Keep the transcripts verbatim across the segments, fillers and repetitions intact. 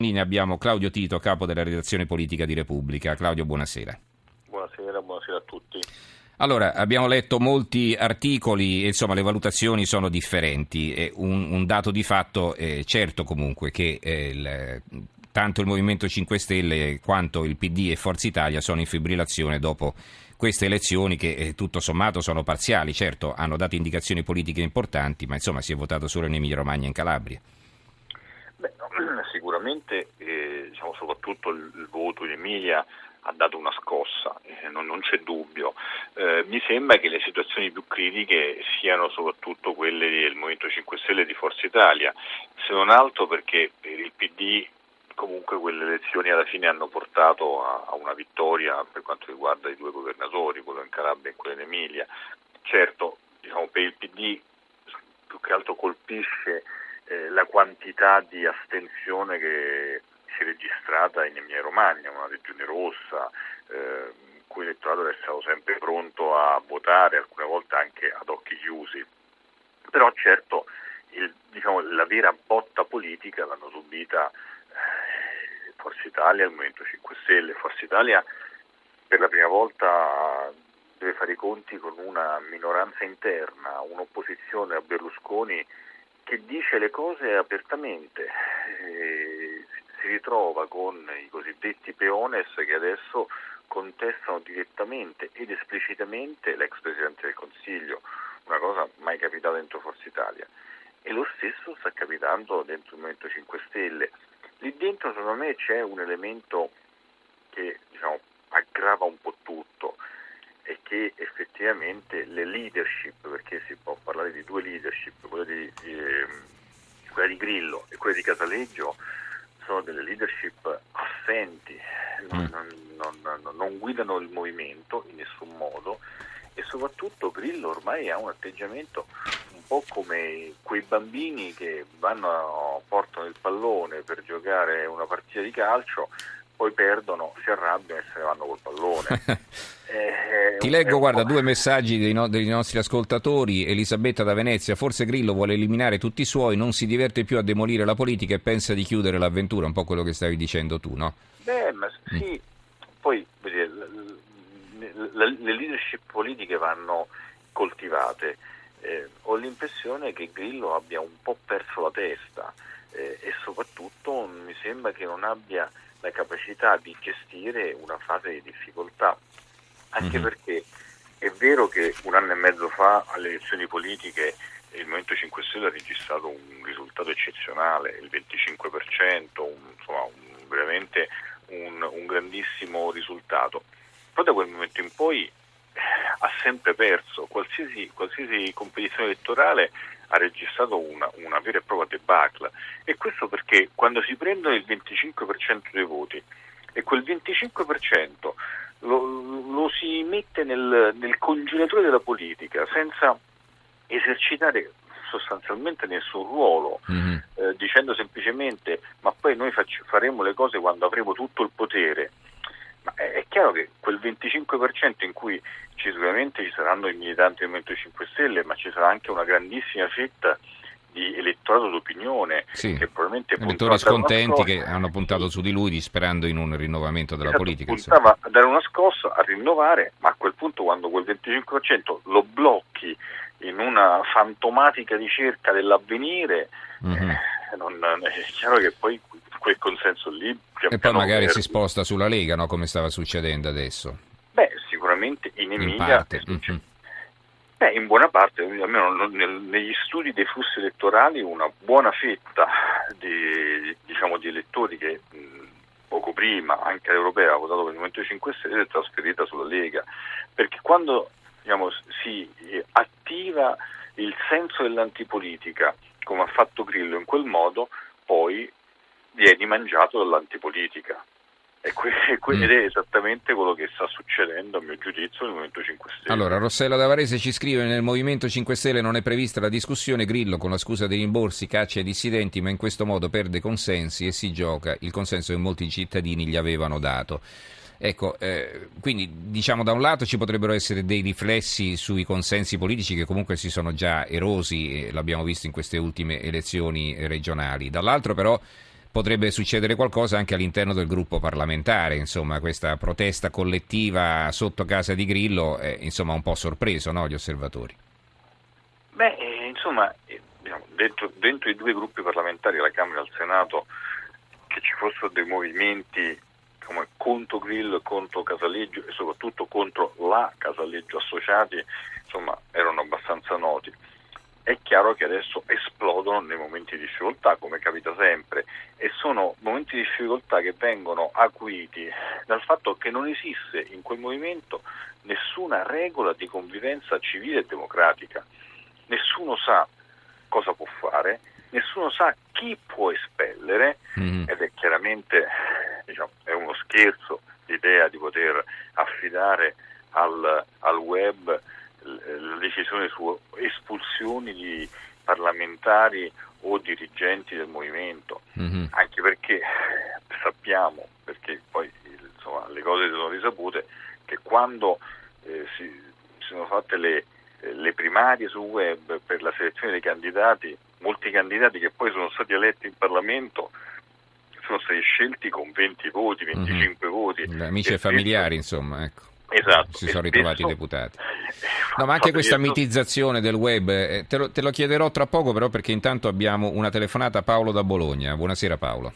Ne abbiamo Claudio Tito, capo della redazione politica di Repubblica. Claudio, buonasera. Buonasera, buonasera a tutti. Allora, abbiamo letto molti articoli e insomma le valutazioni sono differenti. E un, un dato di fatto è certo comunque che eh, il, tanto il Movimento cinque Stelle quanto il P D e Forza Italia sono in fibrillazione dopo queste elezioni che eh, tutto sommato sono parziali. Certo, hanno dato indicazioni politiche importanti, ma insomma si è votato solo in Emilia-Romagna e in Calabria. Beh, sicuramente eh, diciamo, soprattutto il, il voto in Emilia ha dato una scossa, eh, non, non c'è dubbio. Eh, mi sembra che le situazioni più critiche siano soprattutto quelle del Movimento cinque Stelle e di Forza Italia, se non altro perché per il P D comunque quelle elezioni alla fine hanno portato a, a una vittoria per quanto riguarda i due governatori, quello in Calabria e quello in Emilia. Certo, diciamo, per il P D più che altro colpisce eh, la quantità di astensione che si è registrata in Emilia Romagna, una regione rossa, eh, in cui l'elettorato è stato sempre pronto a votare, alcune volte anche ad occhi chiusi. Però certo il, diciamo, la vera botta politica l'hanno subita eh, Forza Italia e il Movimento cinque Stelle. Forza Italia per la prima volta deve fare i conti con una minoranza interna, un'opposizione a Berlusconi che dice le cose apertamente. Eh, si ritrova con i cosiddetti peones che adesso contestano direttamente ed esplicitamente l'ex Presidente del Consiglio, una cosa mai capitata dentro Forza Italia. E lo stesso sta capitando dentro il Movimento cinque Stelle. Lì dentro secondo me c'è un elemento che diciamo, aggrava un po' tutto, e che effettivamente le leadership, perché si può parlare di due leadership, quella di, di, quella di Grillo e quella di Casaleggio, sono delle leadership assenti, non, non, non, non guidano il movimento in nessun modo, e soprattutto Grillo ormai ha un atteggiamento un po' come quei bambini che vanno, portano il pallone per giocare una partita di calcio, poi perdono, si arrabbiano e se ne vanno col pallone. eh, Ti leggo, guarda, due messaggi dei, no, dei nostri ascoltatori. Elisabetta da Venezia: forse Grillo vuole eliminare tutti i suoi, non si diverte più a demolire la politica e pensa di chiudere l'avventura, un po' quello che stavi dicendo tu, no? Beh, ma sì, mm. poi vedete, le leadership politiche vanno coltivate. Eh, ho l'impressione che Grillo abbia un po' perso la testa eh, e soprattutto mi sembra che non abbia la capacità di gestire una fase di difficoltà, anche mm-hmm. perché è vero che un anno e mezzo fa alle elezioni politiche il Movimento cinque Stelle ha registrato un risultato eccezionale, il venticinque per cento, un, insomma un, veramente un, un grandissimo risultato. Poi da quel momento in poi eh, ha sempre perso, qualsiasi, qualsiasi competizione elettorale ha registrato una, una vera e propria debacle, e questo perché quando si prendono il venticinque per cento dei voti e quel venticinque per cento lo, lo si mette nel, nel congelatore della politica senza esercitare sostanzialmente nessun ruolo, mm-hmm. eh, dicendo semplicemente ma poi noi faccio, faremo le cose quando avremo tutto il potere. Ma è chiaro che quel venticinque per cento in cui ci, sicuramente ci saranno i militanti del Movimento cinque Stelle, ma ci sarà anche una grandissima fetta di elettorato d'opinione, sì, che probabilmente elettori scontenti che hanno puntato sì. su di lui sperando in un rinnovamento della esatto, politica. Puntava insomma. a dare una scossa, a rinnovare, ma a quel punto quando quel venticinque per cento lo blocchi in una fantomatica ricerca dell'avvenire, mm-hmm. eh, non, è chiaro che poi quel consenso lì e poi magari perdi. Si sposta sulla Lega, no? Come stava succedendo adesso. Beh, sicuramente in Emilia in parte. Mm-hmm. Beh, in buona parte, almeno negli studi dei flussi elettorali, una buona fetta di, diciamo, di elettori che mh, poco prima, anche all'Europea, ha votato per il Movimento cinque Stelle è trasferita sulla Lega, perché quando diciamo, si attiva il senso dell'antipolitica, come ha fatto Grillo in quel modo, poi vieni mangiato dall'antipolitica. E que- ed è esattamente quello che sta succedendo, a mio giudizio, nel Movimento cinque Stelle. Allora, Rossella da Varese ci scrive: nel Movimento cinque Stelle non è prevista la discussione, Grillo con la scusa dei rimborsi caccia i dissidenti, ma in questo modo perde consensi e si gioca il consenso che molti cittadini gli avevano dato. Ecco, eh, quindi diciamo da un lato ci potrebbero essere dei riflessi sui consensi politici che comunque si sono già erosi, e l'abbiamo visto in queste ultime elezioni regionali, dall'altro però potrebbe succedere qualcosa anche all'interno del gruppo parlamentare, insomma questa protesta collettiva sotto casa di Grillo è insomma un po' sorpreso, no, gli osservatori? Beh, eh, insomma, eh, diciamo, dentro, dentro i due gruppi parlamentari, alla Camera e al Senato, che ci fossero dei movimenti come contro Grillo e contro Casaleggio e soprattutto contro la Casaleggio Associati, insomma, erano abbastanza noti. È chiaro che adesso esplodono nei momenti di difficoltà, come capita sempre, e sono momenti di difficoltà che vengono acuiti dal fatto che non esiste in quel movimento nessuna regola di convivenza civile e democratica. Nessuno sa cosa può fare, nessuno sa chi può espellere, mm. ed è chiaramente, diciamo, è uno scherzo l'idea di poter affidare al, al web la decisione su espulsioni di parlamentari o dirigenti del movimento, mm-hmm. anche perché sappiamo, perché poi insomma le cose sono risapute, che quando eh, si, si sono fatte le, le primarie sul web per la selezione dei candidati, molti candidati che poi sono stati eletti in Parlamento sono stati scelti con venti voti, venticinque mm-hmm. voti. Amici e, e familiari, spesso, insomma, ecco. Esatto. Si sono ritrovati i deputati. No, ma anche questa mitizzazione del web, eh, te, lo, te lo chiederò tra poco, però, perché intanto abbiamo una telefonata a Paolo da Bologna. Buonasera Paolo.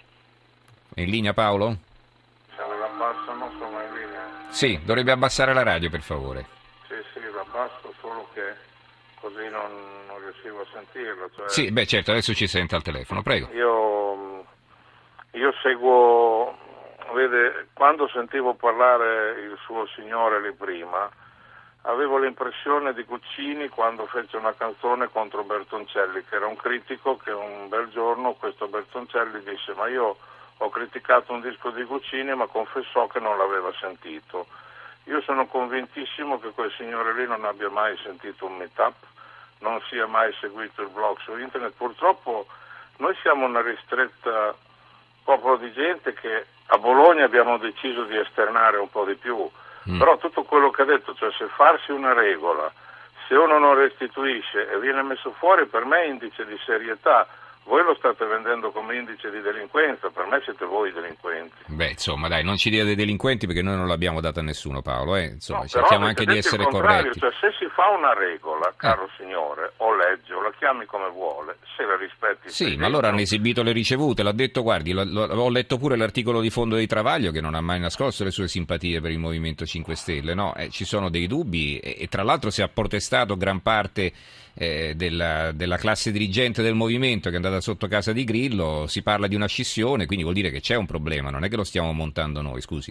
È in linea Paolo? Se la abbasso non sono in linea. Sì, dovrebbe abbassare la radio per favore. Sì, sì, la abbasso, solo che così non, non riuscivo a sentirla. Cioè, sì, beh certo, adesso ci sente al telefono, prego. Io, io seguo... Vede, quando sentivo parlare il suo signore lì prima, avevo l'impressione di Guccini quando fece una canzone contro Bertoncelli, che era un critico che un bel giorno questo Bertoncelli disse: ma io ho criticato un disco di Guccini, ma confessò che non l'aveva sentito. Io sono convintissimo che quel signore lì non abbia mai sentito un meetup, non sia mai seguito il blog su internet. Purtroppo noi siamo una ristretta popolo di gente che a Bologna abbiamo deciso di esternare un po' di più, mm. però tutto quello che ha detto, cioè se farsi una regola, se uno non restituisce e viene messo fuori, per me è indice di serietà. Voi lo state vendendo come indice di delinquenza, per me siete voi i delinquenti. Beh, insomma, dai, non ci dia dei delinquenti perché noi non l'abbiamo data a nessuno, Paolo, eh? Insomma, no, cerchiamo anche di essere corretti. Cioè, se si fa una regola, caro eh. signore, o legge, o la chiami come vuole, se la rispetti... Sì, ma allora hanno esibito le ricevute, l'ha detto, guardi, lo, lo, ho letto pure l'articolo di fondo di Travaglio, che non ha mai nascosto le sue simpatie per il Movimento cinque Stelle, no? Eh, ci sono dei dubbi e, e tra l'altro si è protestato gran parte... Eh, della, della classe dirigente del movimento che è andata sotto casa di Grillo, si parla di una scissione, quindi vuol dire che c'è un problema, non è che lo stiamo montando noi, scusi.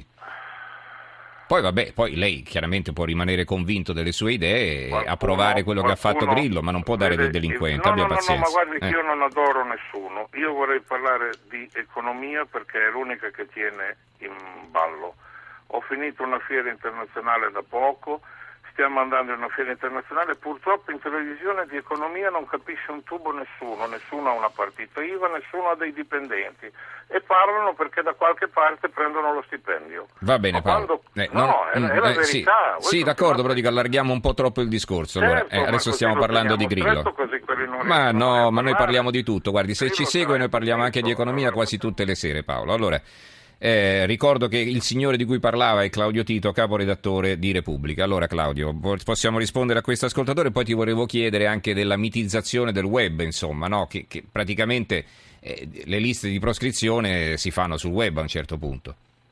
Poi vabbè, poi lei chiaramente può rimanere convinto delle sue idee e qualcuno, approvare quello che ha fatto Grillo, ma non può dare vede, del delinquente, no, abbia no, pazienza. No, ma guardi eh. che io non adoro nessuno, io vorrei parlare di economia perché è l'unica che tiene in ballo. Ho finito una fiera internazionale da poco, stiamo andando in una fiera internazionale, purtroppo in televisione di economia non capisce un tubo nessuno, nessuno ha una partita I V A, nessuno ha dei dipendenti e parlano perché da qualche parte prendono lo stipendio. Va bene Paolo. Quando... Eh, no, no, è, è la eh, verità. Sì, sì d'accordo, però dico allarghiamo un po' troppo il discorso. Allora, certo, eh, adesso stiamo parlando di Grillo. Ma no, ma noi parliamo di tutto, guardi, se ci segue noi parliamo anche di economia quasi tutte le sere, Paolo. Allora... Eh, ricordo che il signore di cui parlava è Claudio Tito, caporedattore di Repubblica. Allora Claudio, possiamo rispondere a questo ascoltatore, poi ti volevo chiedere anche della mitizzazione del web, insomma, no? che, che praticamente eh, le liste di proscrizione si fanno sul web a un certo punto.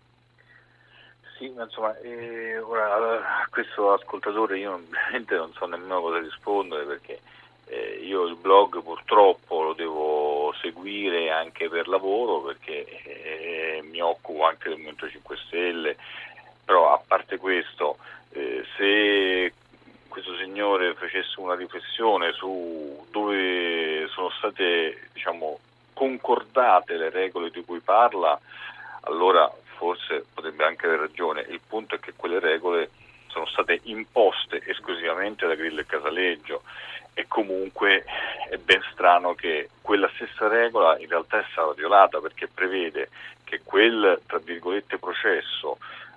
Sì, ma insomma, eh, ora, a questo ascoltatore io veramente non so nemmeno cosa rispondere perché Eh, io il blog purtroppo lo devo seguire anche per lavoro perché eh, mi occupo anche del Movimento cinque Stelle, però a parte questo, eh, se questo signore facesse una riflessione su dove sono state, diciamo, concordate le regole di cui parla, allora forse potrebbe anche aver ragione. Il punto è che quelle regole sono state imposte esclusivamente da Grillo e Casaleggio e comunque è ben strano che quella stessa regola in realtà è stata violata perché prevede che quel, tra virgolette, processo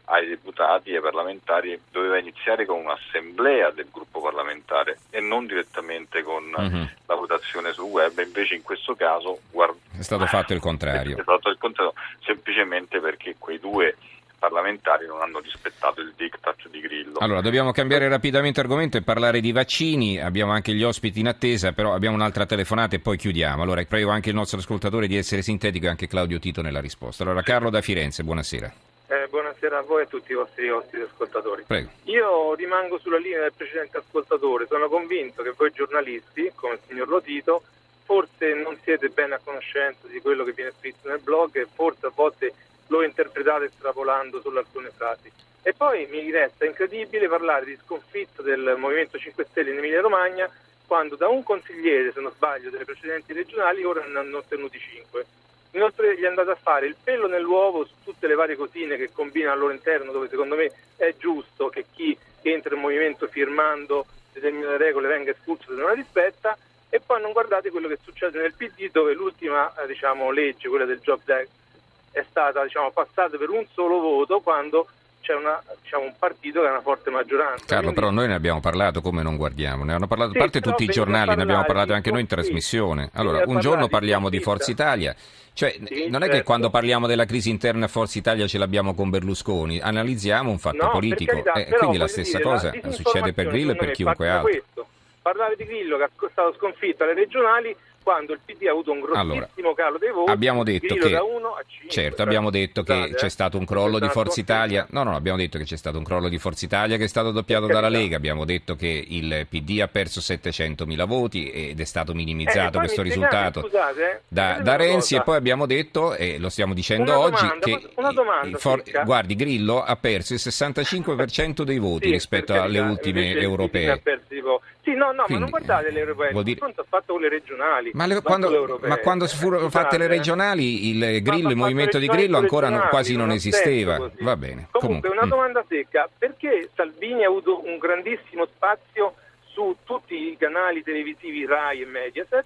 ai deputati e ai parlamentari doveva iniziare con un'assemblea del gruppo parlamentare e non direttamente con mm-hmm. la votazione sul web, invece in questo caso guarda, è stato fatto il contrario. È stato il contrario, semplicemente perché quei due parlamentari non hanno rispettato il diktat di Grillo. Allora, dobbiamo cambiare rapidamente argomento e parlare di vaccini. Abbiamo anche gli ospiti in attesa, però abbiamo un'altra telefonata e poi chiudiamo. Allora, prego anche il nostro ascoltatore di essere sintetico e anche Claudio Tito nella risposta. Allora, Carlo da Firenze, buonasera. Eh, buonasera a voi e a tutti i vostri ospiti ascoltatori. Prego. Io rimango sulla linea del precedente ascoltatore. Sono convinto che voi giornalisti, come il signor Lotito, forse non siete bene a conoscenza di quello che viene scritto nel blog e forse a volte lo interpretate estrapolando solo alcune frasi. E poi mi resta incredibile parlare di sconfitta del Movimento cinque Stelle in Emilia Romagna quando da un consigliere, se non sbaglio, delle precedenti regionali ora ne hanno ottenuti cinque. Inoltre gli è andato a fare il pelo nell'uovo su tutte le varie cosine che combina al loro interno, dove secondo me è giusto che chi entra in movimento firmando determinate regole venga espulso se non la rispetta, e poi non guardate quello che succede nel P D, dove l'ultima eh, diciamo, legge, quella del Jobs Act, è stata diciamo, passata per un solo voto quando c'è una, diciamo, un partito che ha una forte maggioranza. Sì. Carlo, Quindi... però noi ne abbiamo parlato, come non guardiamo? Ne hanno parlato, sì, a parte tutti i giornali, ne abbiamo parlato anche noi in conflitto. trasmissione. Allora, un giorno parliamo di Forza Italia, cioè sì, non è certo. che quando parliamo della crisi interna a Forza Italia ce l'abbiamo con Berlusconi, analizziamo un fatto no, politico, per carità, eh, però, quindi la stessa dire, cosa la succede per Grillo e per chiunque altro. Questo. Parlare di Grillo che è stato sconfitto alle regionali quando il P D ha avuto un grossissimo allora, calo dei voti, abbiamo detto Grillo che, da uno a cinque, certo, abbiamo detto che scusate, c'è stato un crollo eh, di Forza Italia, no no, abbiamo detto che c'è stato un crollo di Forza Italia che è stato doppiato per dalla carità. Lega, abbiamo detto che il P D ha perso settecentomila voti ed è stato minimizzato eh, questo spiegate, risultato scusate, eh, da, da Renzi e poi abbiamo detto, e lo stiamo dicendo una oggi, domanda, che una domanda, for- Secca. guardi, Grillo ha perso il sessantacinque per cento dei voti sì, rispetto carità, alle ultime europee. Sì, no, no, Quindi, ma non guardate le europee, vuol dire... il confronto ha fatto con le regionali. Ma, le, quando, ma quando furono eh, fatte le regionali, il Grillo, il movimento di Grillo ancora non, quasi non esisteva. Va bene. Comunque, Comunque, una mm. domanda secca, perché Salvini ha avuto un grandissimo spazio su tutti i canali televisivi Rai e Mediaset,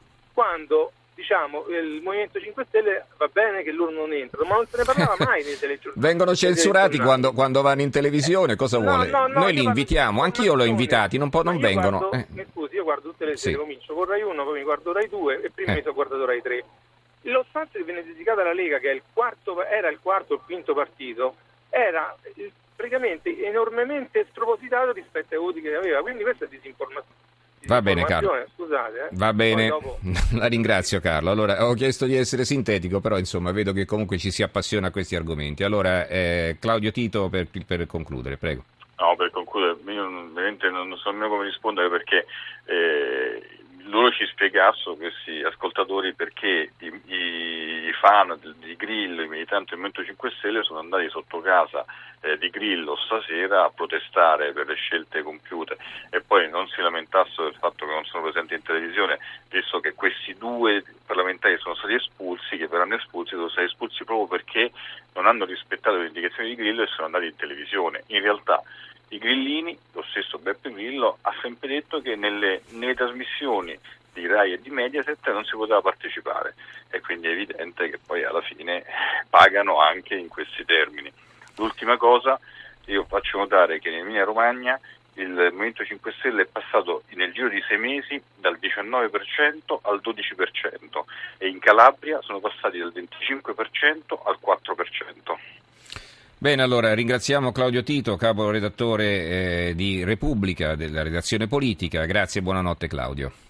quando diciamo il Movimento cinque Stelle va bene che loro non entrano, ma non se ne parlava mai nei telegiornali. Vengono censurati quando, quando vanno in televisione, cosa no, vuole? no, no, Noi li invitiamo, anch'io li ho invitati, non, po- non vengono. Guardo, eh. Mi scusi, io guardo tutte le Sì. sere, comincio con Rai uno, poi mi guardo Rai due e prima Eh. mi sono guardato Rai tre. Lo spazio che viene dedicato alla Lega, che è il quarto, era il quarto o il quinto partito, era eh, praticamente enormemente spropositato rispetto ai voti che aveva, quindi questa è disinformazione. Va bene, Carlo. Scusate, eh. Va bene, dopo... la ringrazio, Carlo. Allora, ho chiesto di essere sintetico, però insomma vedo che comunque ci si appassiona a questi argomenti. Allora, eh, Claudio Tito, per, per concludere, prego. No, per concludere, io veramente non so nemmeno come rispondere, perché eh, loro ci spiegassero, questi ascoltatori, perché i, i, i fan di, di Grillo, i militanti del Movimento cinque Stelle sono andati sotto casa eh, di Grillo stasera a protestare per le scelte compiute, e poi non si lamentassero del fatto che non sono presenti in televisione, visto che questi due parlamentari sono stati espulsi, che verranno espulsi, sono stati espulsi proprio perché non hanno rispettato le indicazioni di Grillo e sono andati in televisione. In realtà i grillini, lo stesso Beppe Grillo, ha sempre detto che nelle, nelle trasmissioni di Rai e di Mediaset non si poteva partecipare, e quindi è evidente che poi alla fine pagano anche in questi termini. L'ultima cosa, io faccio notare che in Emilia Romagna il Movimento cinque Stelle è passato nel giro di sei mesi dal diciannove per cento al dodici per cento, e in Calabria sono passati dal venticinque per cento al quattro per cento. Bene, allora ringraziamo Claudio Tito, capo redattore eh, di Repubblica, della redazione politica. Grazie e buonanotte, Claudio.